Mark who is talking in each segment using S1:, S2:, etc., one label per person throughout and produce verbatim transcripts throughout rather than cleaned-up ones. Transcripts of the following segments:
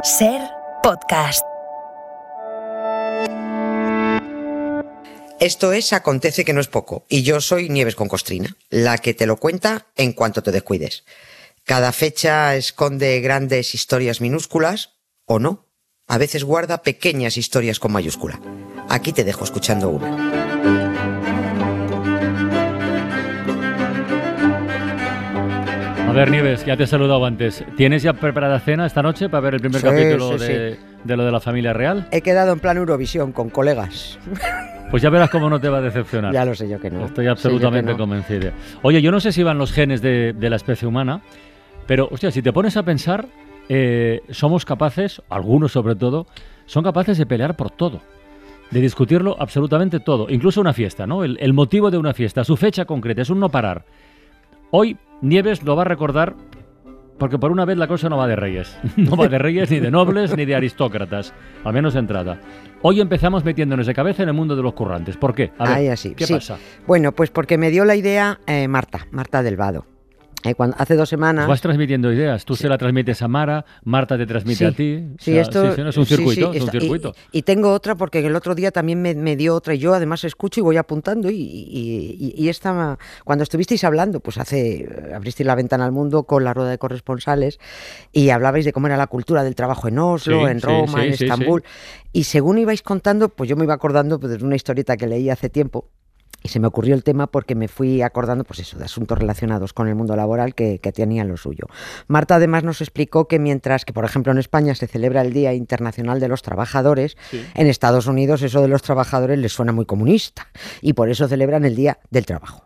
S1: Ser Podcast.
S2: Esto es Acontece que no es poco, y yo soy Nieves con Costrina, la que te lo cuenta en cuanto te descuides. Cada fecha esconde grandes historias minúsculas, o no. A veces guarda pequeñas historias con mayúscula. Aquí te dejo escuchando una.
S3: A ver, Nieves, ya te he saludado antes. ¿Tienes ya preparada cena esta noche para ver el primer
S2: Sí,
S3: capítulo
S2: sí,
S3: de,
S2: sí.
S3: de lo de la familia real?
S2: He quedado en plan Eurovisión con colegas.
S3: Pues ya verás cómo no te va a decepcionar.
S2: Ya lo sé yo que no.
S3: Estoy absolutamente
S2: Sí, yo que no.
S3: convencido. Oye, yo no sé si van los genes de, de la especie humana, pero, hostia, si te pones a pensar, eh, somos capaces, algunos sobre todo, son capaces de pelear por todo, de discutirlo absolutamente todo, incluso una fiesta, ¿no? El, el motivo de una fiesta, su fecha concreta, es un no parar. Hoy Nieves lo va a recordar porque por una vez la cosa no va de reyes. No va de reyes, ni de nobles, ni de aristócratas, al menos de entrada. Hoy empezamos metiéndonos de cabeza en el mundo de los currantes. ¿Por qué? A ver,
S2: Ahí así,
S3: ¿qué
S2: sí.
S3: pasa?
S2: Bueno, pues porque me dio la idea eh, Marta, Marta del Vado. Eh, cuando, hace dos semanas...
S3: Pues vas transmitiendo ideas. Tú
S2: Sí.
S3: se la transmites a Mara, Marta te transmite
S2: Sí,
S3: a ti.
S2: sí,
S3: O sea,
S2: esto,
S3: sí, sí, no, es un
S2: sí,
S3: circuito,
S2: sí,
S3: es un
S2: está- y-
S3: circuito.
S2: Y, y tengo otra porque el otro día también me, me dio otra y yo además escucho y voy apuntando y, y, y, y esta, cuando estuvisteis hablando, pues hace, abristeis la ventana al mundo con la rueda de corresponsales y hablabais de cómo era la cultura del trabajo en Oslo,
S3: Sí,
S2: en
S3: sí,
S2: Roma,
S3: sí,
S2: en
S3: sí,
S2: Estambul y según ibais contando, pues yo me iba acordando pues, de una historieta que leí hace tiempo. Y se me ocurrió el tema porque me fui acordando, pues eso, de asuntos relacionados con el mundo laboral que, que tenían lo suyo. Marta además nos explicó que mientras que, por ejemplo, en España se celebra el Día Internacional de los Trabajadores,
S3: Sí.
S2: en Estados Unidos eso de los trabajadores les suena muy comunista y por eso celebran el Día del Trabajo.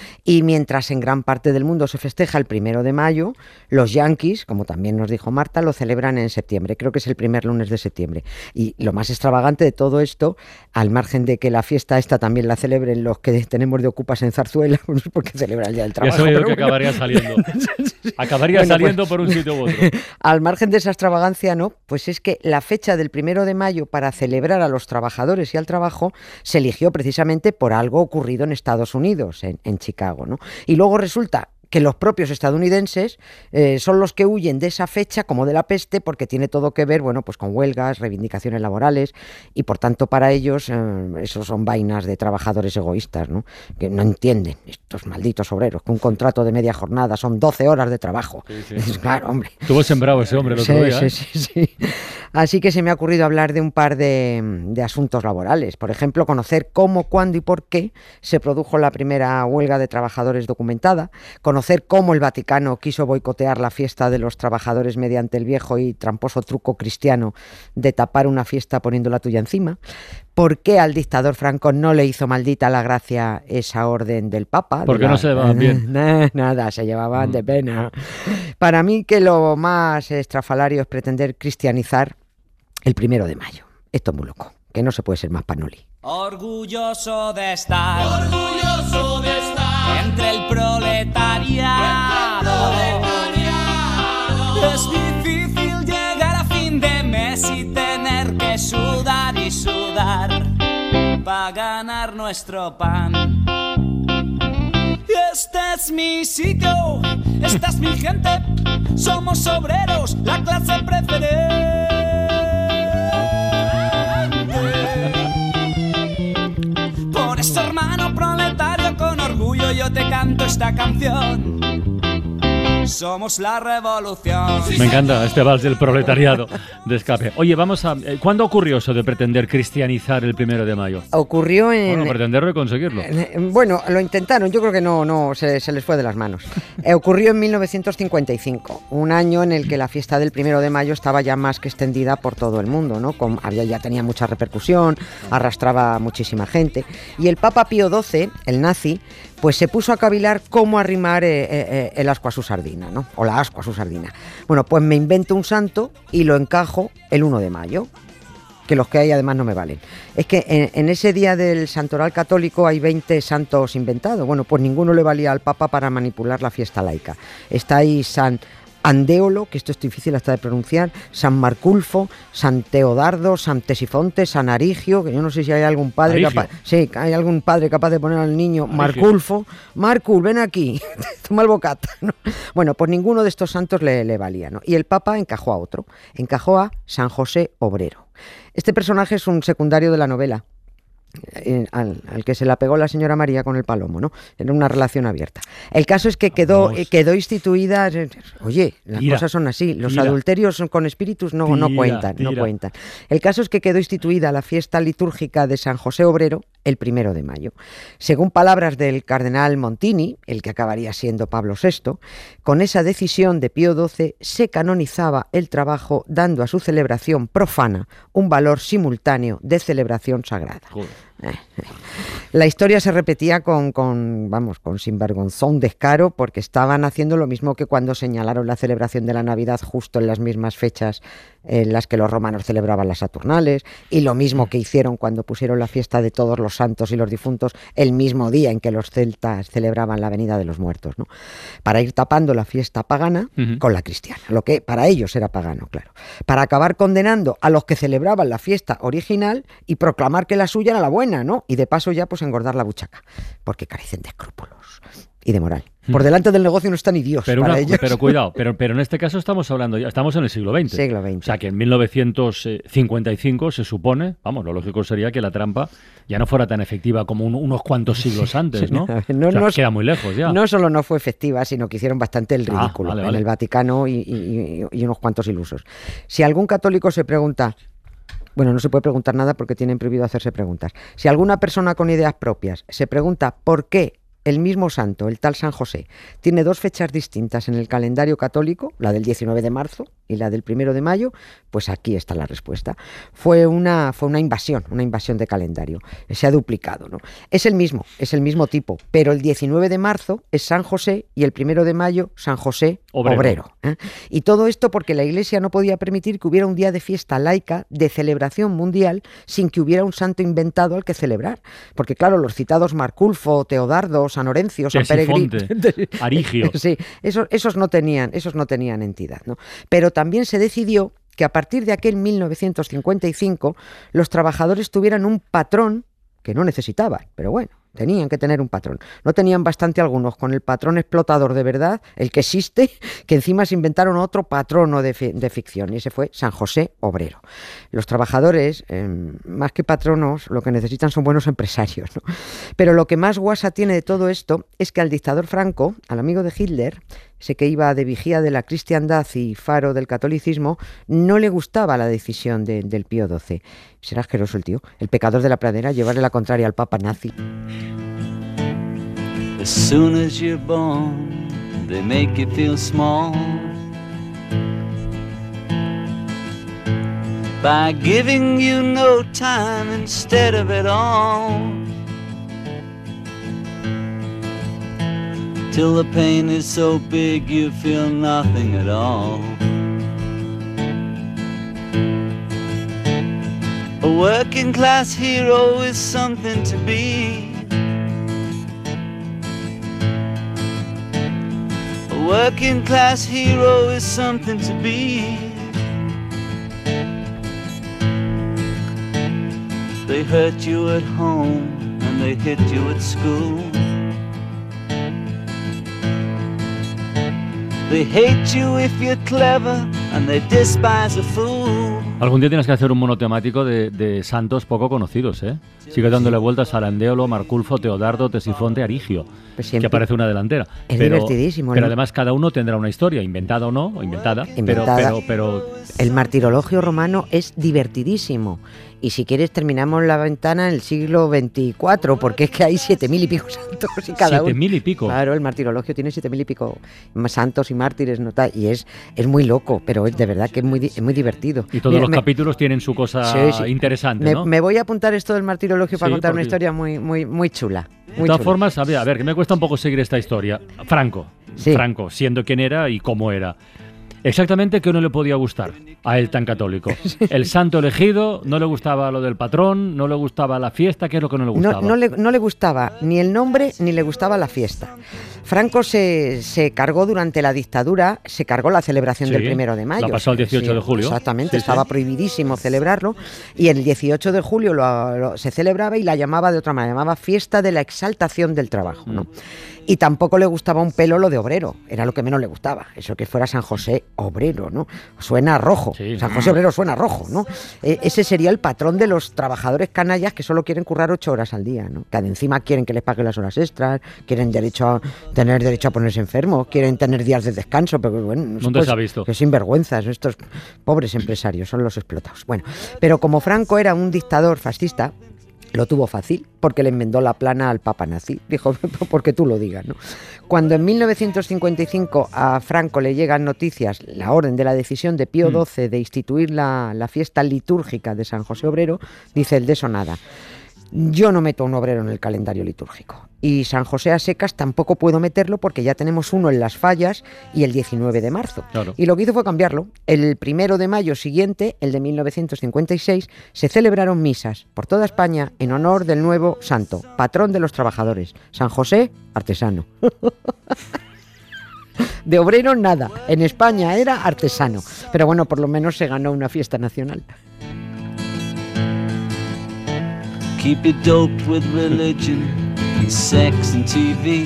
S2: Y mientras en gran parte del mundo se festeja el primero de mayo, los yanquis, como también nos dijo Marta, lo celebran en septiembre, creo que es el primer lunes de septiembre. Y lo más extravagante de todo esto, al margen de que la fiesta esta también la celebren los que tenemos de ocupas en Zarzuela, pues porque celebran el Día del
S3: Ya
S2: Trabajo.
S3: sabía yo
S2: pero
S3: que
S2: bueno.
S3: acabaría saliendo. Acabaría
S2: Bueno, pues-
S3: saliendo por un sitio u otro.
S2: Al margen de esa extravagancia, ¿no? Pues es que la fecha del primero de mayo para celebrar a los trabajadores y al trabajo se eligió precisamente por algo ocurrido en Estados Unidos, en, en Chicago, ¿no? Y luego resulta que los propios estadounidenses eh, son los que huyen de esa fecha como de la peste porque tiene todo que ver, bueno, pues con huelgas, reivindicaciones laborales y por tanto para ellos eh, eso son vainas de trabajadores egoístas, ¿no? Que no entienden estos malditos obreros que un contrato de media jornada son doce horas de trabajo.
S3: Sí, sí.
S2: Es claro, hombre.
S3: Estuvo sembrado ese hombre el otro
S2: Sí,
S3: día.
S2: sí,
S3: ¿eh?
S2: sí, sí. Así que se me ha ocurrido hablar de un par de, de asuntos laborales. Por ejemplo, conocer cómo, cuándo y por qué se produjo la primera huelga de trabajadores documentada, conocer cómo el Vaticano quiso boicotear la fiesta de los trabajadores mediante el viejo y tramposo truco cristiano de tapar una fiesta poniendo la tuya encima, por qué al dictador Franco no le hizo maldita la gracia esa orden del Papa.
S3: Porque
S2: de la-
S3: no se llevaban bien.
S2: Nah, nada, se llevaban
S3: Mm.
S2: de pena. Para mí que lo más estrafalario es pretender cristianizar el primero de mayo. Esto es muy loco, que no se puede ser más panoli.
S4: Orgulloso de estar, orgulloso de estar entre el proletariado. Es difícil llegar a fin de mes y tener que sudar y sudar para ganar nuestro pan. Este es mi sitio, esta es mi gente, somos obreros, la clase preferente. Por eso, hermano proletario, con orgullo yo te canto esta canción. Somos la revolución.
S3: Me encanta este vals del proletariado de escape. Oye, vamos a... eh, ¿Cuándo ocurrió eso de pretender cristianizar el primero de mayo?
S2: Ocurrió en...
S3: Bueno, pretenderlo y conseguirlo.
S2: Eh, Bueno, lo intentaron, yo creo que no, no se, se les fue de las manos. Eh, ocurrió en mil novecientos cincuenta y cinco, un año en el que la fiesta del primero de mayo estaba ya más que extendida por todo el mundo, ¿no? Con, había, ya tenía mucha repercusión, arrastraba a muchísima gente. Y el Papa Pío doce, el nazi, pues se puso a cavilar cómo arrimar eh, eh, el ascua a su sardina, ¿no? O la ascua a su sardina. Bueno, pues me invento un santo y lo encajo el uno de mayo. Que los que hay además no me valen. Es que en, en ese día del santoral católico hay veinte santos inventados. Bueno, pues ninguno le valía al Papa para manipular la fiesta laica. Está ahí San Andéolo, que esto es difícil hasta de pronunciar, San Marculfo, San Teodardo, San Tesifonte, San Arigio, que yo no sé si hay algún padre capaz, sí, hay algún padre capaz de poner al niño Arigio. Marculfo, Marcul, ven aquí, toma el bocata, ¿no? Bueno, pues ninguno de estos santos le, le valía, ¿no? Y el Papa encajó a otro, encajó a San José Obrero. Este personaje es un secundario de la novela. Eh, al, al que se la pegó la señora María con el palomo, ¿no? Era una relación abierta. El caso es que quedó, eh, quedó instituida. Eh, oye, las tira, cosas son así. Los tira. adulterios con espíritus no, tira, no cuentan, tira. no cuentan. El caso es que quedó instituida la fiesta litúrgica de San José Obrero el primero de mayo. Según palabras del cardenal Montini, el que acabaría siendo Pablo sexto, con esa decisión de Pío doce se canonizaba el trabajo, dando a su celebración profana un valor simultáneo de celebración sagrada. Joder. La historia se repetía con, con, vamos, con sinvergonzón descaro, porque estaban haciendo lo mismo que cuando señalaron la celebración de la Navidad justo en las mismas fechas en las que los romanos celebraban las Saturnales, y lo mismo que hicieron cuando pusieron la fiesta de todos los santos y los difuntos el mismo día en que los celtas celebraban la venida de los muertos, ¿no? Para ir tapando la fiesta pagana uh-huh. con la cristiana, lo que para ellos era pagano, claro. Para acabar condenando a los que celebraban la fiesta original y proclamar que la suya era la buena, ¿no? Y de paso ya pues engordar la buchaca, porque carecen de escrúpulos y de moral. Por delante del negocio no está ni Dios
S3: pero
S2: para
S3: una,
S2: ellos.
S3: Pero cuidado, pero, pero en este caso estamos hablando ya, estamos en el siglo veinte.
S2: Siglo veinte.
S3: O sea que en mil novecientos cincuenta y cinco se supone, vamos, lo lógico sería que la trampa ya no fuera tan efectiva como un, unos cuantos siglos antes, ¿no? no, o sea, no queda muy lejos ya.
S2: No solo no fue efectiva, sino que hicieron bastante el ridículo
S3: ah, vale,
S2: en
S3: vale.
S2: el Vaticano y, y, y unos cuantos ilusos. Si algún católico se pregunta... Bueno, no se puede preguntar nada porque tienen prohibido hacerse preguntas. Si alguna persona con ideas propias se pregunta por qué el mismo santo, el tal San José, tiene dos fechas distintas en el calendario católico, la del diecinueve de marzo y la del primero de mayo, pues aquí está la respuesta. Fue una, fue una invasión, una invasión de calendario. Se ha duplicado, ¿no? Es el mismo, es el mismo tipo, pero el diecinueve de marzo es San José y el primero de mayo San José Obrero. Obrero ¿eh? Y todo esto porque la Iglesia no podía permitir que hubiera un día de fiesta laica, de celebración mundial, sin que hubiera un santo inventado al que celebrar. Porque claro, los citados Marculfo, Teodardo, San Orencio, San Peregrino,
S3: Arigio.
S2: Sí, esos, esos no tenían, esos no tenían entidad, ¿no? Pero también se decidió que a partir de aquel mil novecientos cincuenta y cinco los trabajadores tuvieran un patrón que no necesitaban, pero bueno, tenían que tener un patrón. No tenían bastante algunos con el patrón explotador de verdad, el que existe, que encima se inventaron otro patrono de, fi- de ficción, y ese fue San José Obrero. Los trabajadores, eh, más que patronos, lo que necesitan son buenos empresarios, ¿no? Pero lo que más guasa tiene de todo esto es que al dictador Franco, al amigo de Hitler, ese que iba de vigía de la cristiandad y faro del catolicismo, no le gustaba la decisión de, del Pío doce. Será asqueroso el tío, el pecador de la pradera, llevarle la contraria al Papa nazi.
S1: As soon as you're born, they make you feel small by giving you no time instead of it all, till the pain is so big you feel nothing at all. A working class hero is something to be. A working class hero is something to be. They hurt you at home and they hit you at school. They hate you if you're clever and they despise a fool.
S3: Algún día tienes que hacer un monotemático de, de santos poco conocidos, ¿eh? Sigue dándole vueltas a Andéolo, Marculfo, Teodardo, Tesifonte, Arigio,
S2: Pues
S3: que aparece una delantera.
S2: Es
S3: pero,
S2: divertidísimo.
S3: Pero
S2: ¿no?
S3: además cada uno tendrá una historia, inventada o no, o inventada.
S2: Inventada.
S3: Pero, pero, pero...
S2: El martirologio romano es divertidísimo. Y si quieres terminamos la ventana en el siglo veinticuatro, porque es que hay siete mil y pico santos y cada uno.
S3: Siete mil y pico.
S2: Claro, el martirologio tiene siete mil y pico santos y mártires, ¿no? Y es, es muy loco, pero es de verdad que es muy, es muy divertido.
S3: Y todos
S2: Mira,
S3: los
S2: me,
S3: capítulos tienen su cosa sí, sí. interesante,
S2: me,
S3: ¿no?
S2: Me voy a apuntar esto del martirologio para
S3: sí,
S2: contar
S3: porque...
S2: una historia muy, muy, muy chula. Muy
S3: de todas
S2: chula.
S3: formas, a ver, a ver, que me cuesta un poco seguir esta historia. Franco,
S2: sí.
S3: Franco, siendo quien era y cómo era. exactamente qué no le podía gustar a él tan católico. El santo elegido, no le gustaba lo del patrón, no le gustaba la fiesta, ¿qué es lo que no le gustaba?
S2: No, no, le, no le gustaba ni el nombre ni le gustaba la fiesta. Franco se, se cargó durante la dictadura, se cargó la celebración
S3: Sí,
S2: del primero de mayo.
S3: la pasó el dieciocho
S2: Sí,
S3: de julio.
S2: Exactamente,
S3: Sí,
S2: estaba
S3: sí.
S2: prohibidísimo celebrarlo y el dieciocho de julio lo, lo- se celebraba y la llamaba de otra manera, llamaba fiesta de la exaltación del trabajo, ¿no? Y tampoco le gustaba un pelo lo de obrero, era lo que menos le gustaba, eso que fuera San José obrero, ¿no? Suena rojo,
S3: Sí.
S2: San José obrero suena rojo, ¿no? Eh, ese sería el patrón de los trabajadores canallas que solo quieren currar ocho horas al día, ¿no? Que encima quieren que les paguen las horas extras, quieren derecho a tener derecho a ponerse enfermos, quieren tener días de descanso, pero bueno, no
S3: ¿Dónde se ha visto?
S2: Que sinvergüenzas, estos pobres empresarios son los explotados. Bueno, pero como Franco era un dictador fascista, lo tuvo fácil porque le enmendó la plana al Papa nazi. Dijo, porque tú lo digas, ¿no? Cuando en mil novecientos cincuenta y cinco a Franco le llegan noticias, la orden de la decisión de Pío doce de instituir la, la fiesta litúrgica de San José Obrero, dice el de eso nada. Yo no meto un obrero en el calendario litúrgico. Y San José a secas tampoco puedo meterlo porque ya tenemos uno en Las Fallas y el diecinueve de marzo.
S3: Claro.
S2: Y lo que hizo fue cambiarlo. El primero de mayo siguiente, el de mil novecientos cincuenta y seis, se celebraron misas por toda España en honor del nuevo santo, patrón de los trabajadores, San José artesano. De obrero nada, en España era artesano. Pero bueno, por lo menos se ganó una fiesta nacional.
S1: Keep it doped with religion and sex and T V.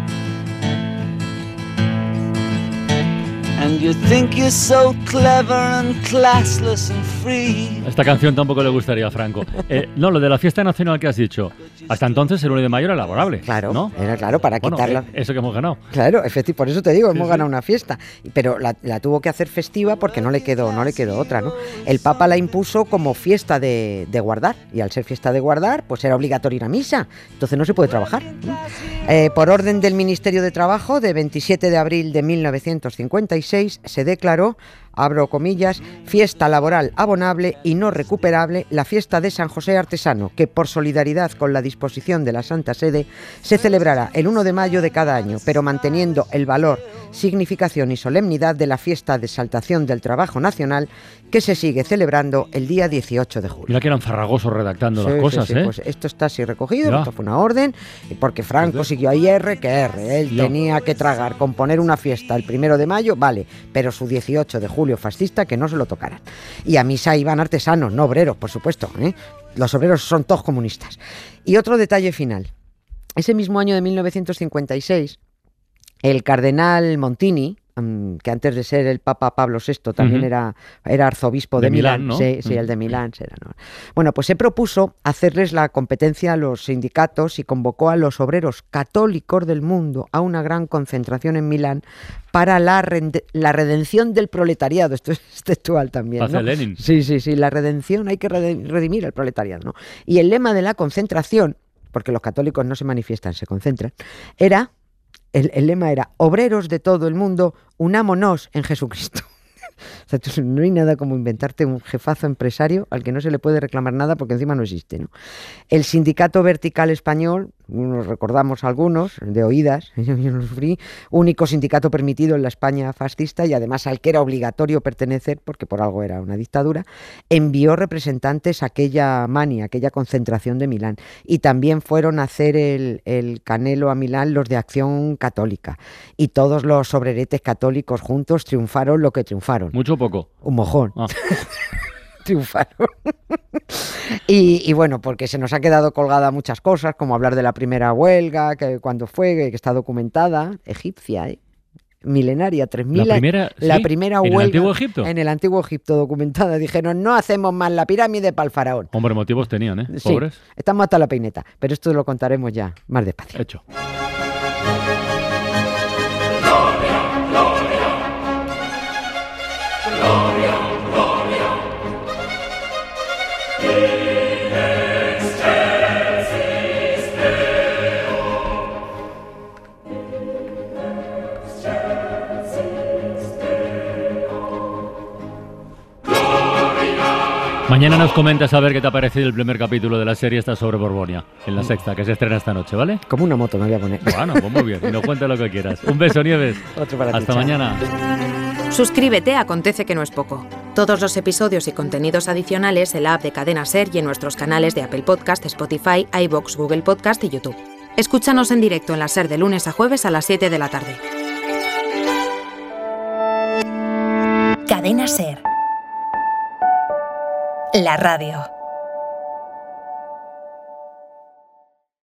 S1: And you think you're so clever and classless and free.
S3: Esta canción tampoco le gustaría a Franco. Eh, no, lo de la fiesta nacional que has dicho. Hasta entonces el uno de mayo era laborable.
S2: Claro,
S3: ¿no?
S2: era claro, para
S3: Bueno,
S2: quitarla.
S3: eh, eso que hemos ganado.
S2: Claro, efectivamente, por eso te digo, hemos
S3: sí.
S2: ganado una fiesta, pero la, la tuvo que hacer festiva porque no le quedó, no le quedó otra, ¿no? El Papa la impuso como fiesta de, de guardar y al ser fiesta de guardar, pues era obligatorio ir a misa, entonces no se puede trabajar, ¿no? Eh, por orden del Ministerio de Trabajo, de veintisiete de abril de mil novecientos cincuenta y seis, se declaró, abro comillas, fiesta laboral abonable y no recuperable, la fiesta de San José Artesano, que por solidaridad con la disposición de la Santa Sede se celebrará el uno de mayo de cada año, pero manteniendo el valor, significación y solemnidad de la fiesta de exaltación del trabajo nacional que se sigue celebrando el día dieciocho de julio.
S3: Mira que eran farragosos redactando
S2: Sí,
S3: las cosas,
S2: sí, sí,
S3: ¿eh?
S2: pues esto está así recogido,
S3: Ya.
S2: esto fue una orden, y porque Franco siguió ahí R que R, él
S3: Ya.
S2: tenía que tragar, componer una fiesta el primero de mayo, vale, pero su dieciocho de julio fascista que no se lo tocaran. Y a misa iban artesanos, no obreros, por supuesto, ¿eh? Los obreros son todos comunistas. Y otro detalle final, ese mismo año de mil novecientos cincuenta y seis, el cardenal Montini, que antes de ser el Papa Pablo sexto también
S3: Ujú.
S2: era, era arzobispo de,
S3: De
S2: Milán,
S3: Milán, ¿no?
S2: sí, sí,
S3: Mm.
S2: el de Milán. Será, ¿no? Bueno, pues se propuso hacerles la competencia a los sindicatos y convocó a los obreros católicos del mundo a una gran concentración en Milán para la, rende- la redención del proletariado. Esto es textual también,
S3: Hace
S2: ¿no?
S3: Lenin.
S2: Sí, sí, sí, la redención, hay que rede- redimir al proletariado, ¿no? Y el lema de la concentración, porque los católicos no se manifiestan, se concentran, era... El, el lema era, obreros de todo el mundo, unámonos en Jesucristo. O sea, tú- no hay nada como inventarte un jefazo empresario al que no se le puede reclamar nada porque encima no existe, ¿no? El Sindicato Vertical Español, nos recordamos algunos, de oídas, yo no lo sufrí, único sindicato permitido en la España fascista y además al que era obligatorio pertenecer, porque por algo era una dictadura, envió representantes a aquella mani, a aquella concentración de Milán. Y también fueron a hacer el, el canelo a Milán los de Acción Católica. Y todos los obreretes católicos juntos triunfaron lo que triunfaron.
S3: ¿Mucho o poco?
S2: Un mojón.
S3: Ah.
S2: Triunfaron. y, y bueno, porque se nos ha quedado colgada muchas cosas, como hablar de la primera huelga, que cuando fue, que está documentada, egipcia, ¿eh? Milenaria, tres mil
S3: La primera,
S2: la
S3: sí,
S2: primera
S3: ¿en el
S2: huelga
S3: Antiguo Egipto?
S2: en el Antiguo Egipto documentada. Dijeron, no hacemos más la pirámide para el faraón.
S3: Hombre, motivos tenían, ¿eh?
S2: Sí,
S3: Pobres.
S2: estamos hasta la peineta, pero esto lo contaremos ya más despacio.
S3: Hecho. Mañana nos comentas a ver qué te ha parecido el primer capítulo de la serie esta sobre Borbonia, en la sexta, que se estrena esta noche, ¿vale?
S2: Como una moto me voy a poner.
S3: Bueno, pues muy bien, y nos cuenta lo que quieras. Un beso, Nieves.
S2: Otro para ti,
S3: Hasta
S2: chao.
S3: mañana.
S5: Suscríbete a Acontece que no es poco. Todos los episodios y contenidos adicionales en la app de Cadena Ser y en nuestros canales de Apple Podcast, Spotify, iVoox, Google Podcast y YouTube. Escúchanos en directo en la Ser de lunes a jueves a las siete de la tarde.
S6: Cadena Ser. La radio.